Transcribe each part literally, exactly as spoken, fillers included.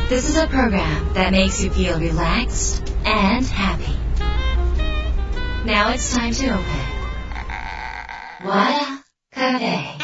This is a program that makes you feel relaxed and happy. Now it's time to open Wada Cafe.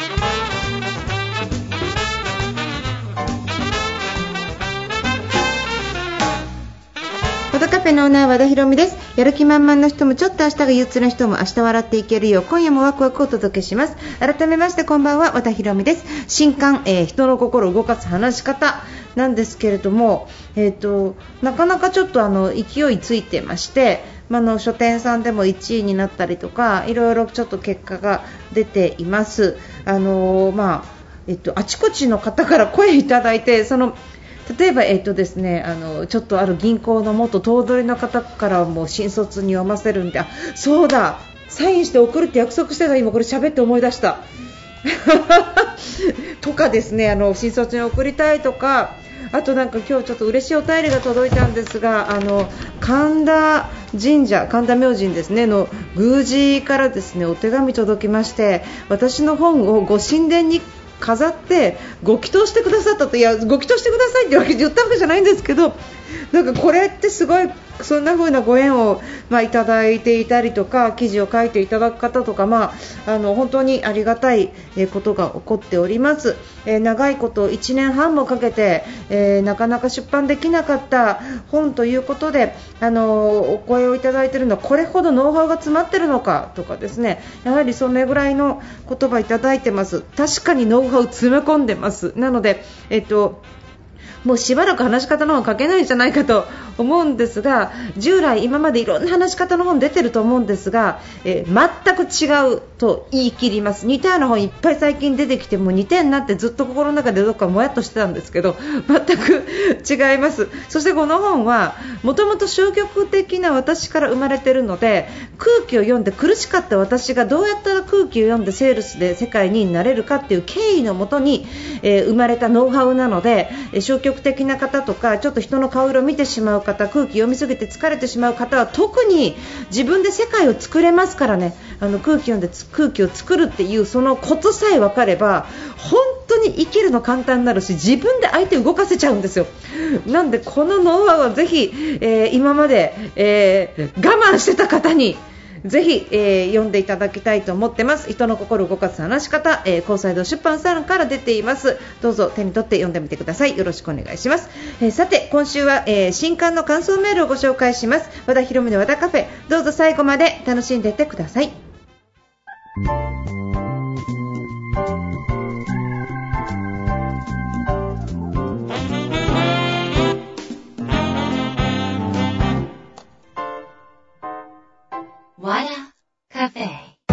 和田カフェのオーナー和田博美です。やる気満々の人もちょっと明日が憂鬱な人も明日笑っていけるよう今夜もワクワクお届けします。改めましてこんばんは、和田博美です。新刊、えー、人の心を動かす話し方なんですけれども、えー、となかなかちょっとあの勢いついてまして、まあ、の書店さんでもいちいになったりとかいろいろちょっと結果が出ています。あのーまあえー、とあちこちの方から声いただいて、その例えば、えっとですね、あのちょっとある銀行の元頭取の方からも新卒に読ませるんで、あ、そうだ、サインして送るって約束してた、今これ喋って思い出したとかですね、あの新卒に送りたいとか、あとなんか今日ちょっと嬉しいお便りが届いたんですが、あの神田神社、神田明神ですねの宮司からですねお手紙届きまして、私の本をご神殿に飾ってご祈祷してくださったと。いや、ご祈祷してくださいってわけ言ったわけじゃないんですけど、なんかこれってすごいそんな風なご縁を、まあ、いただいていたりとか、記事を書いていただく方とか、まあ、あの本当にありがたいことが起こっております。えー、長いこといちねんはんもかけて、えー、なかなか出版できなかった本ということで、あのお声をいただいているのはこれほどノウハウが詰まっているのかとかですね、やはりそれぐらいの言葉いただいてます。確かにノウハウ詰め込んでます。なので、えっともうしばらく話し方の本書けないんじゃないかと思うんですが、従来今までいろんな話し方の本出てると思うんですが、えー、全く違うと言い切ります。似たような本いっぱい最近出てきても似てんなってずっと心の中でどっかもやっとしてたんですけど、全く違います。そしてこの本はもともと消極的な私から生まれているので、空気を読んで苦しかった私がどうやったら空気を読んでセールスで世界になれるかっていう経緯のもとに、えー、生まれたノウハウなので、えー、消極的な方とかちょっと人の顔色を見てしまう方、空気読みすぎて疲れてしまう方は特に自分で世界を作れますからね。あの空気読んで空気を作るっていうそのコツさえ分かれば本当に生きるの簡単になるし、自分で相手を動かせちゃうんですよ。なんでこのノウハウはぜひ、えー、今まで、えー、我慢してた方にぜひ、えー、読んでいただきたいと思ってます。人の心を動かす話し方、えー、高裁堂出版さんから出ています。どうぞ手に取って読んでみてください。よろしくお願いします。えー、さて今週は、えー、新刊の感想メールをご紹介します。和田博美の和田カフェ、どうぞ最後まで楽しんでいってください。 Wada Cafe。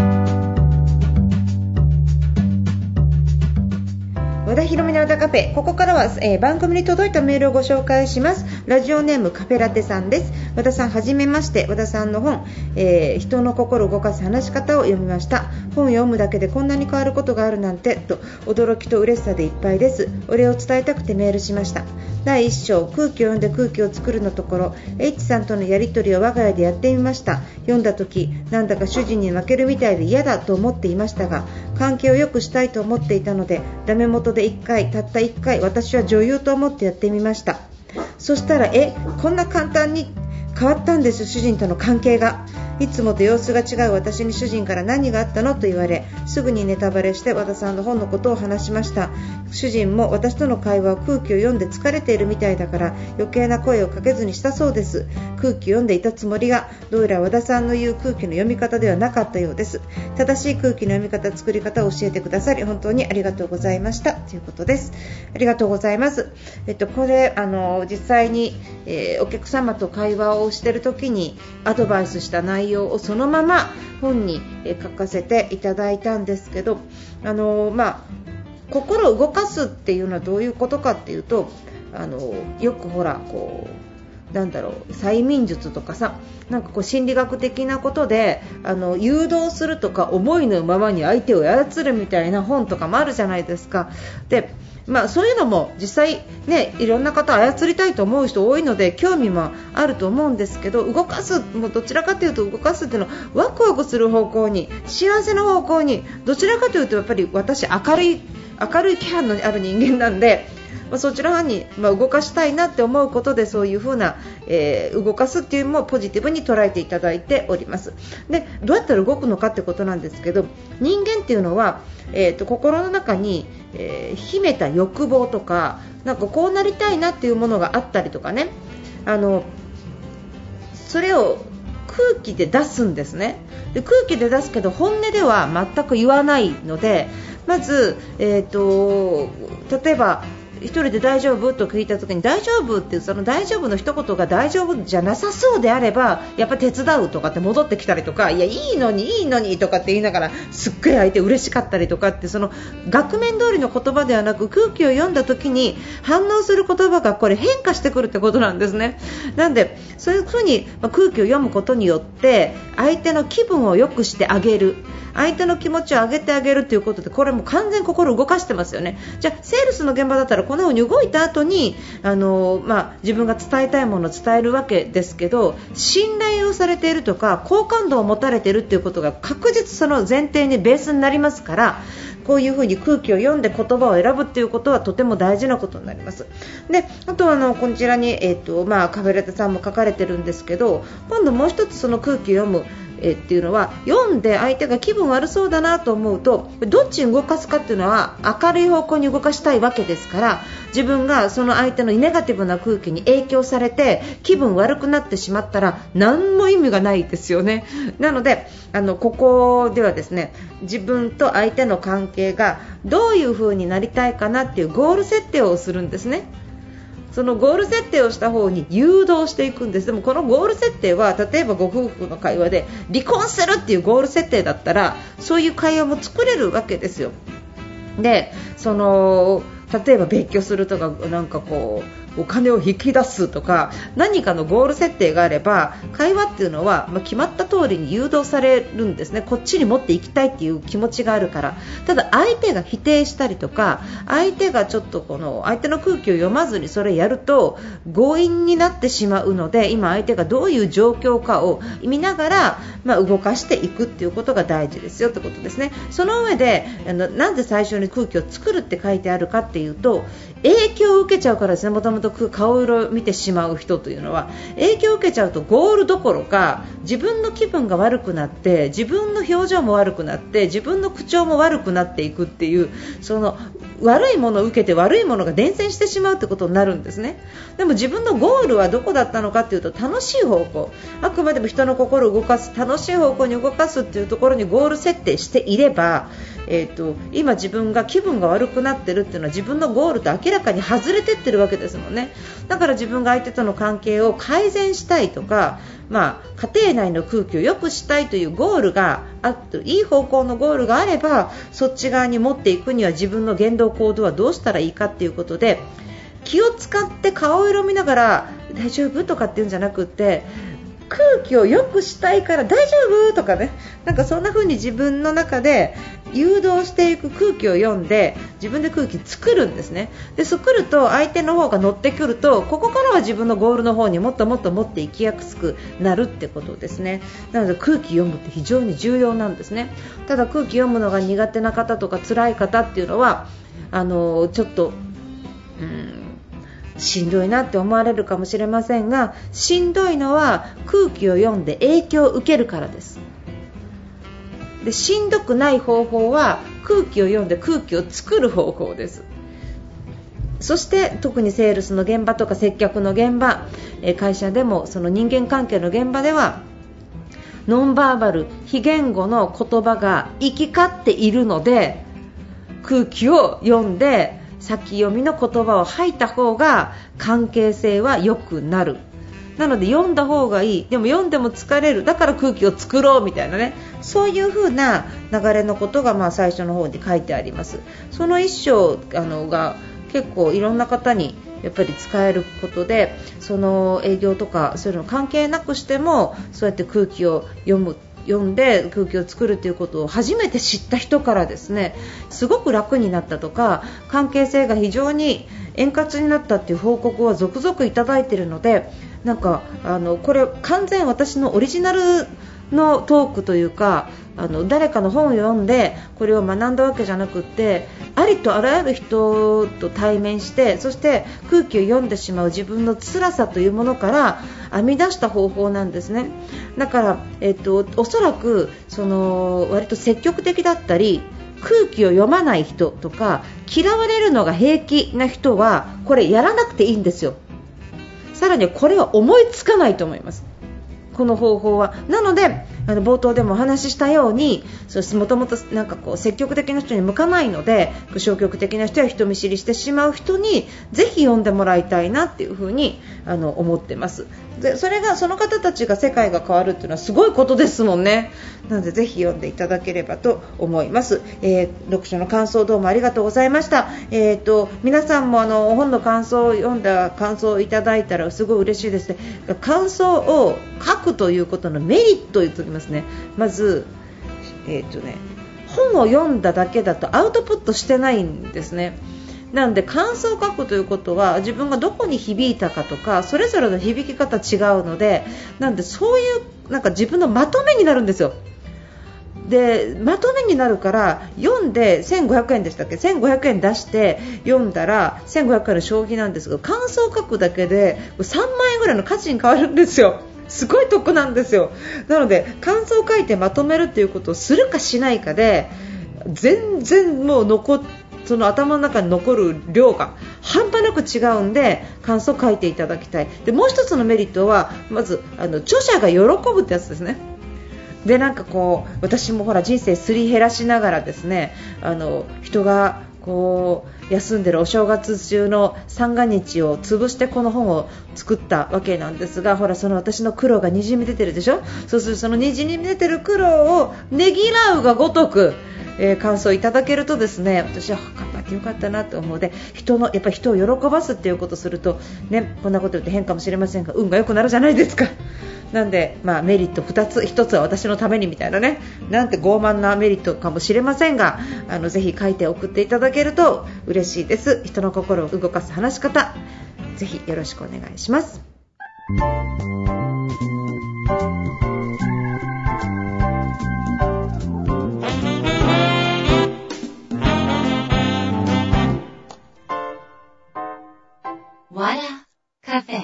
和田博美の和田カフェ、ここからは、えー、番組に届いたメールをご紹介します。ラジオネームカフェラテさんです。和田さんはじめまして。和田さんの本、えー、人の心を動かす話し方を読みました。本を読むだけでこんなに変わることがあるなんてと驚きと嬉しさでいっぱいです。お礼を伝えたくてメールしました。だいいっ章、空気を読んで空気を作るのところ、 H さんとのやり取りを我が家でやってみました。読んだ時なんだか主人に負けるみたいで嫌だと思っていましたが、関係を良くしたいと思っていたのでダメ元でいっかい、たったいっかい私は女優と思ってやってみました。そしたらえこんな簡単に変わったんです。主人との関係がいつもと様子が違う私に主人から何があったのと言われ、すぐにネタバレして和田さんの本のことを話しました。主人も私との会話を空気を読んで疲れているみたいだから余計な声をかけずにしたそうです。空気を読んでいたつもりがどうやら和田さんの言う空気の読み方ではなかったようです。正しい空気の読み方、作り方を教えてくださり本当にありがとうございましたということです。ありがとうございます。えっと、これあの実際に、えー、お客様と会話をしている時にアドバイスした内容をそのまま本に書かせていただいたんですけど、あの、まあ、心を動かすっていうのはどういうことかっていうと、あのよくほらこうなんだろう催眠術とかさ、なんかこう心理学的なことであの誘導するとか思いのままに相手を操るみたいな本とかもあるじゃないですか。でまあ、そういうのも実際、ね、いろんな方操りたいと思う人多いので興味もあると思うんですけど、動かすもうどちらかというと動かすっていうのはワクワクする方向に、幸せな方向に、どちらかというとやっぱり私明るい明るい気配のある人間なんで、 まあ、そちらに、まあ、動かしたいなって思うことでそういう風な、えー、動かすっていうのもポジティブに捉えていただいております。でどうやったら動くのかってことなんですけど、人間っていうのは、えー、と心の中に、えー、秘めた欲望とか、なんかこうなりたいなっていうものがあったりとかね、あのそれを空気で出すんですね。で空気で出すけど本音では全く言わないので、まず、えー、と例えば一人で大丈夫と聞いた時に大丈夫っていうその大丈夫の一言が大丈夫じゃなさそうであればやっぱ手伝うとかって戻ってきたりとか、いやいいのにいいのにとかって言いながらすっごい相手嬉しかったりとかって、その額面通りの言葉ではなく空気を読んだ時に反応する言葉がこれ変化してくるってことなんですね。なんでそういうふうに空気を読むことによって相手の気分を良くしてあげる、相手の気持ちを上げてあげるということで、これも完全に心を動かしてますよね。じゃあセールスの現場だったらこのように動いた後にあの、まあ、自分が伝えたいものを伝えるわけですけど、信頼をされているとか好感度を持たれているということが確実その前提にベースになりますから、こういうふうに空気を読んで言葉を選ぶということはとても大事なことになります。であとはあのこちらに、えーとまあ、カフェラテさんも書かれてるんですけど、今度もう一つその空気を読むえっていうのは、読んで相手が気分悪そうだなと思うとどっちに動かすかっていうのは明るい方向に動かしたいわけですから、自分がその相手のネガティブな空気に影響されて気分悪くなってしまったら何も意味がないですよね。なのであのここではですね、自分と相手の関係がどういう風になりたいかなっていうゴール設定をするんですね。そのゴール設定をした方に誘導していくんです。でもこのゴール設定は例えばご夫婦の会話で離婚するっていうゴール設定だったらそういう会話も作れるわけですよ。でその例えば別居するとか、なんかこうお金を引き出すとか何かのゴール設定があれば会話っていうのは、まあ、決まった通りに誘導されるんですね。こっちに持っていきたいっていう気持ちがあるから。ただ相手が否定したりとか相手がちょっとこの相手の空気を読まずにそれやると強引になってしまうので、今相手がどういう状況かを見ながら、まあ、動かしていくっていうことが大事ですよってことですね。その上であのなんで最初に空気を作るって書いてあるかっていうと、影響を受けちゃうからですね。もともと顔色を見てしまう人というのは影響を受けちゃうとゴールどころか自分の気分が悪くなって自分の表情も悪くなって自分の口調も悪くなっていくっていう、その悪いものを受けて悪いものが伝染してしまうってことになるんですね。でも自分のゴールはどこだったのかというと楽しい方向、あくまでも人の心を動かす楽しい方向に動かすっていうところにゴール設定していれば、えーと、今自分が気分が悪くなっているっていうのは自分のゴールと明らかに外れていってるわけですもんね。だから自分が相手との関係を改善したいとか、まあ、家庭内の空気を良くしたいというゴールがあっていい方向のゴールがあればそっち側に持っていくには自分の言動行動はどうしたらいいかということで、気を使って顔色見ながら大丈夫とかっていうんじゃなくって空気を良くしたいから大丈夫とかね、なんかそんな風に自分の中で誘導していく空気を読んで自分で空気作るんですね。で作ると相手の方が乗ってくるとここからは自分のゴールの方にもっともっと持っていきやすくなるってことですね。なので空気読むって非常に重要なんですね。ただ空気読むのが苦手な方とか辛い方っていうのはあのちょっとうんしんどいなって思われるかもしれませんが、しんどいのは空気を読んで影響を受けるからです。でしんどくない方法は空気を読んで空気を作る方法です。そして特にセールスの現場とか接客の現場、会社でもその人間関係の現場ではノンバーバル非言語の言葉が行き交っているので空気を読んで先読みの言葉を吐いた方が関係性は良くなる。なので読んだ方がいい。でも読んでも疲れる。だから空気を作ろうみたいなね、そういう風な流れのことがまあ最初の方に書いてあります。その一章あのが結構いろんな方にやっぱり使えることで、その営業とかそういうの関係なくしてもそうやって空気を読む読んで空気を作るということを初めて知った人からですね、すごく楽になったとか関係性が非常に円滑になったという報告は続々いただいているので、なんかあのこれ完全私のオリジナルのトークというか、あの誰かの本を読んでこれを学んだわけじゃなくって、ありとあらゆる人と対面して、そして空気を読んでしまう自分の辛さというものから編み出した方法なんですね。だから、えっと、おそらくその割と積極的だったり空気を読まない人とか嫌われるのが平気な人はこれやらなくていいんですよ。さらにこれは思いつかないと思います、この方法は。なのであの冒頭でもお話ししたように、もともとなんかこう積極的な人に向かないので、消極的な人や人見知りしてしまう人にぜひ読んでもらいたいなっていうふうにあの思ってます。でそれがその方たちが世界が変わるっていうのはすごいことですもんね。なのでぜひ読んでいただければと思います。えー、読書の感想どうもありがとうございました。えー、と皆さんもあの本の感想を読んだ感想をいただいたらすごい嬉しいですね。感想を書くということのメリットを言っておきますね。まず、えーとね、本を読んだだけだとアウトプットしてないんですね。なので感想を書くということは自分がどこに響いたかとかそれぞれの響き方違うので、なんでそういうなんか自分のまとめになるんですよ。でまとめになるから読んでせんごひゃくえんでしたっけ、せんごひゃくえん出して読んだらせんごひゃくえんの消費なんですが、感想を書くだけでさんまんえんぐらいの価値に変わるんですよ。すごい得なんですよ。なので感想を書いてまとめるということをするかしないかで全然もう残ってその頭の中に残る量が半端なく違うんで感想を書いていただきたい。でもう一つのメリットはまずあの著者が喜ぶってやつですね。でなんかこう私もほら人生すり減らしながらですね、あの人がこう休んでるお正月中の三が日を潰してこの本を作ったわけなんですが、ほらその私の苦労がにじみ出てるでしょ。そうするとそのにじみ出てる苦労をねぎらうがごとくえー、感想いただけるとですね、私は頑張ってよかったなと思うので、人のやっぱり人を喜ばすっていうことをするとね、こんなこと言って変かもしれませんが運が良くなるじゃないですか。なんで、まあ、メリットふたつ、ひとつは私のためにみたいなね、なんて傲慢なメリットかもしれませんが、あのぜひ書いて送っていただけると嬉しいです。人の心を動かす話し方、ぜひよろしくお願いします。 What a Cafe。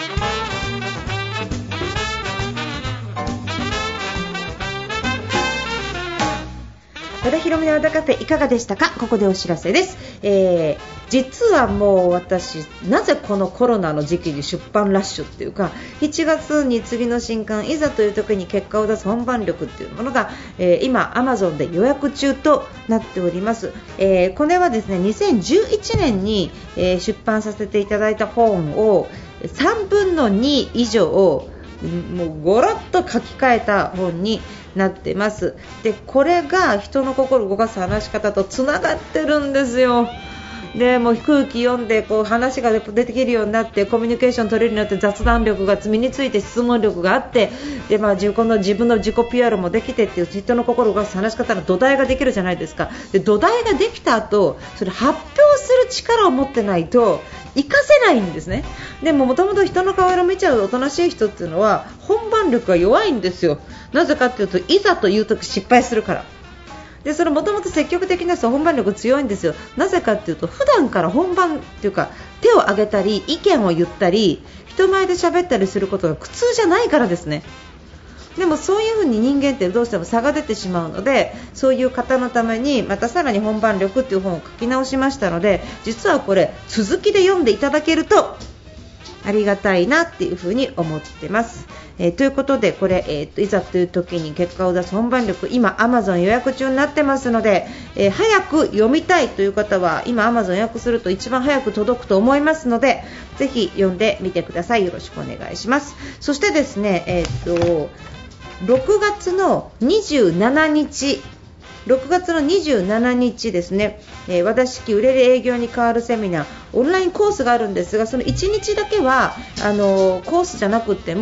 和田博美の和田カフェいかがでしたか。ここでお知らせです。えー、実はもう私なぜこのコロナの時期に出版ラッシュっていうか、しちがつに次の新刊いざという時に結果を出す本番力っていうものが、えー、今 Amazon で予約中となっております。えー、これはですねにせんじゅういちねんに、えー、出版させていただいた本をさんぶんのに以上をもうゴロッと書き換えた本になってます。でこれが人の心を動かす話し方とつながってるんですよ。でもう空気読んでこう話が出てきるようになって、コミュニケーション取れるようになって、雑談力が身について、質問力があって、で、まあ、自分の自分の自己 ピーアール もできてっていう人の心を動かす話し方の土台ができるじゃないですか。で土台ができた後それ発表する力を持ってないと活かせないんですね。でももともと人の顔色を見ちゃうおとなしい人っていうのは本番力が弱いんですよ。なぜかというといざという時失敗するから。でそれもともと積極的な人は本番力強いんですよ。なぜかというと普段から本番というか手を挙げたり意見を言ったり人前で喋ったりすることが苦痛じゃないからですね。でもそういう風に人間ってどうしても差が出てしまうので、そういう方のためにまたさらに本番力っていう本を書き直しましたので、実はこれ続きで読んでいただけるとありがたいなっていう風に思ってます。えー、ということでこれ、えー、といざという時に結果を出す本番力、今 Amazon 予約中になってますので、えー、早く読みたいという方は今 Amazon 予約すると一番早く届くと思いますので、ぜひ読んでみてください。よろしくお願いします。そしてですね、えー、とろくがつのにじゅうしちにちろくがつのにじゅうしちにちですね、えー、和田式売れる営業に変わるセミナーオンラインコースがあるんですが、そのいちにちだけはあのー、コースじゃなくても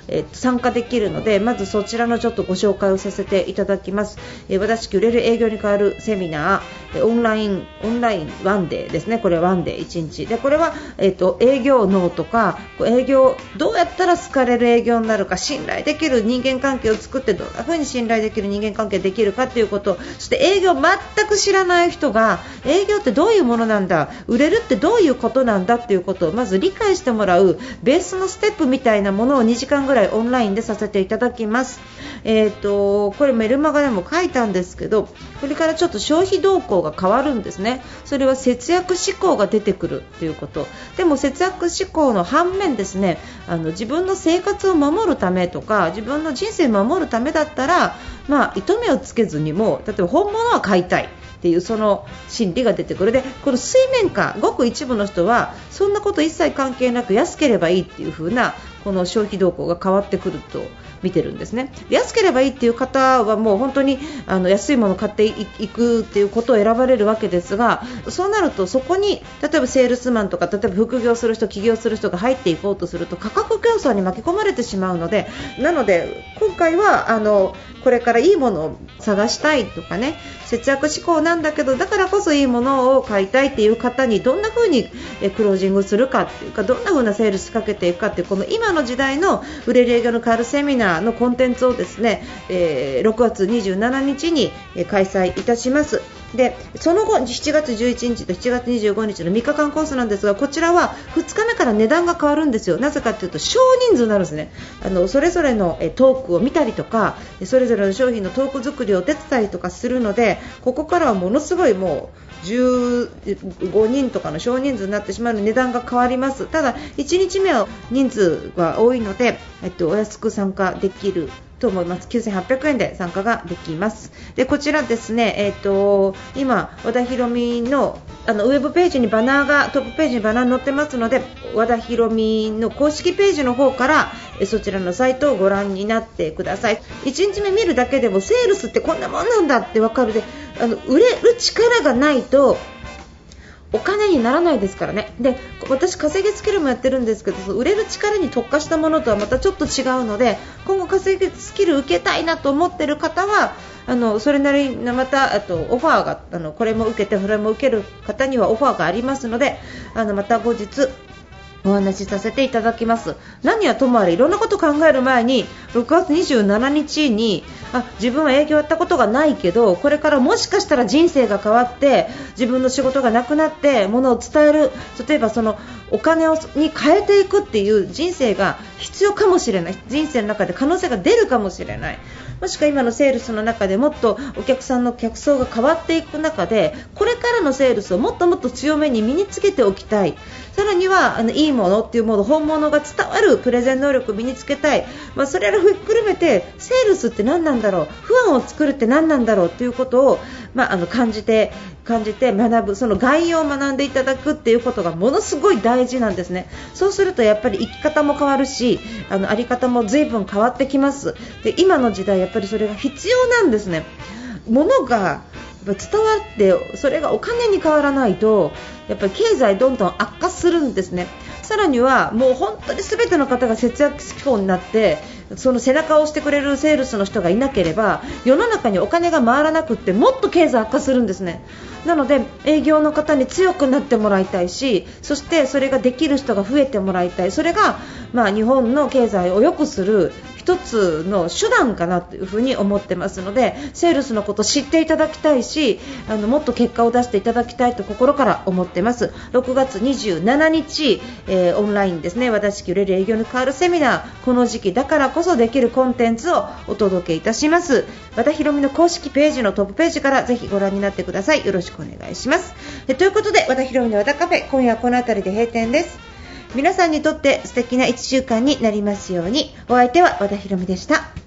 えー、参加できるので、まずそちらのちょっとご紹介をさせていただきます。えー、私売れる営業に変わるセミナー、オンラインオンラインワンデーですね。これワンデーいちにちで、これは、えー、と営業脳とか、営業どうやったら好かれる営業になるか、信頼できる人間関係を作って、どんな風に信頼できる人間関係できるかということ、そして営業全く知らない人が営業ってどういうものなんだ、売れるってどういうことなんだということをまず理解してもらうベースのステップみたいなものをにじかんぐらいオンラインでさせていただきます。えー、とこれメルマガでも書いたんですけど、これからちょっと消費動向が変わるんですね。それは節約志向が出てくるということ。でも節約志向の反面ですね、あの自分の生活を守るためとか自分の人生を守るためだったら、まあ、糸目をつけずにも、例えば本物は買いたいっていうその心理が出てくる。で、この水面下ごく一部の人はそんなこと一切関係なく安ければいいっていう風なこの消費動向が変わってくると見てるんですね。安ければいいっていう方はもう本当にあの安いものを買っていくっていうことを選ばれるわけですが、そうなるとそこに例えばセールスマンとか、例えば副業する人、起業する人が入っていこうとすると価格競争に巻き込まれてしまうので、なので今回はあのこれからいいものを探したいとかね、節約志向なんだけどだからこそいいものを買いたいっていう方にどんな風にクロージングするかっていうか、どんな風なセールスかけていくかっていう、この今の時代の売れる営業の変わるセミナーのコンテンツをですね、えー、ろくがつにじゅうしちにちに開催いたします。で、その後しちがつじゅういちにちとしちがつにじゅうごにちのみっかかんコースなんですが、こちらはふつかめから値段が変わるんですよ。なぜかというと少人数になるんですね。あのそれぞれのトークを見たりとか、それぞれの商品のトーク作りを手伝いとかするので、ここからはものすごいもうじゅうごにんとかの少人数になってしまうので値段が変わります。ただいちにちめは人数が多いので、えっと、お安く参加できると思います。きゅうせんはっぴゃくえんで参加ができます。で、こちらですね、えー、と今和田ひろみ の, あのウェブページにバナーがトップページにバナーに載ってますので、和田ひろみの公式ページの方からえそちらのサイトをご覧になってください。いちにちめ見るだけでもセールスってこんなもんなんだって分かるで、あの売れる力がないとお金にならないですからね。で、私稼ぎスキルもやってるんですけど、その売れる力に特化したものとはまたちょっと違うので、今後稼ぎスキル受けたいなと思っている方はあのそれなりにまたあとオファーがあのこれも受けてそれも受ける方にはオファーがありますので、あのまた後日お話しさせていただきます。何はともあれいろんなことを考える前にろくがつにじゅうしちにちにあ自分は営業やったことがないけど、これからもしかしたら人生が変わって自分の仕事がなくなってものを伝える、例えばそのお金をに変えていくっていう人生が必要かもしれない、人生の中で可能性が出るかもしれない、もしくは今のセールスの中でもっとお客さんの客層が変わっていく中で、これからのセールスをもっともっと強めに身につけておきたい、さらにはあのいいものっていうもの、本物が伝わるプレゼン能力を身につけたい、まあ、それらひっくるめてセールスって何なんだろう、不安を作るって何なんだろうということを、まあ、あの感じて感じて学ぶ、その概要を学んでいただくっていうことがものすごい大事なんですね。そうするとやっぱり生き方も変わるし、あのあり方も随分変わってきます。で、今の時代やっぱりそれが必要なんですね。物が伝わってそれがお金に変わらないとやっぱり経済どんどん悪化するんですね。さらにはもう本当に全ての方が節約志向になってその背中を押してくれるセールスの人がいなければ世の中にお金が回らなくってもっと経済悪化するんですね。なので営業の方に強くなってもらいたいし、そしてそれができる人が増えてもらいたい、それがまあ日本の経済を良くする一つの手段かなというふうに思ってますので、セールスのことを知っていただきたいし、あのもっと結果を出していただきたいと心から思ってます。ろくがつにじゅうしちにち、えー、オンラインですね、私き売れる営業に変わるセミナー、この時期だからこそできるコンテンツをお届けいたします。和田ひろみの公式ページのトップページからぜひご覧になってください。よろしくお願いします。えということで和田ひろみの和田カフェ、今夜はこの辺りで閉店です。皆さんにとって素敵ないっしゅうかんになりますように。お相手は和田ひろみでした。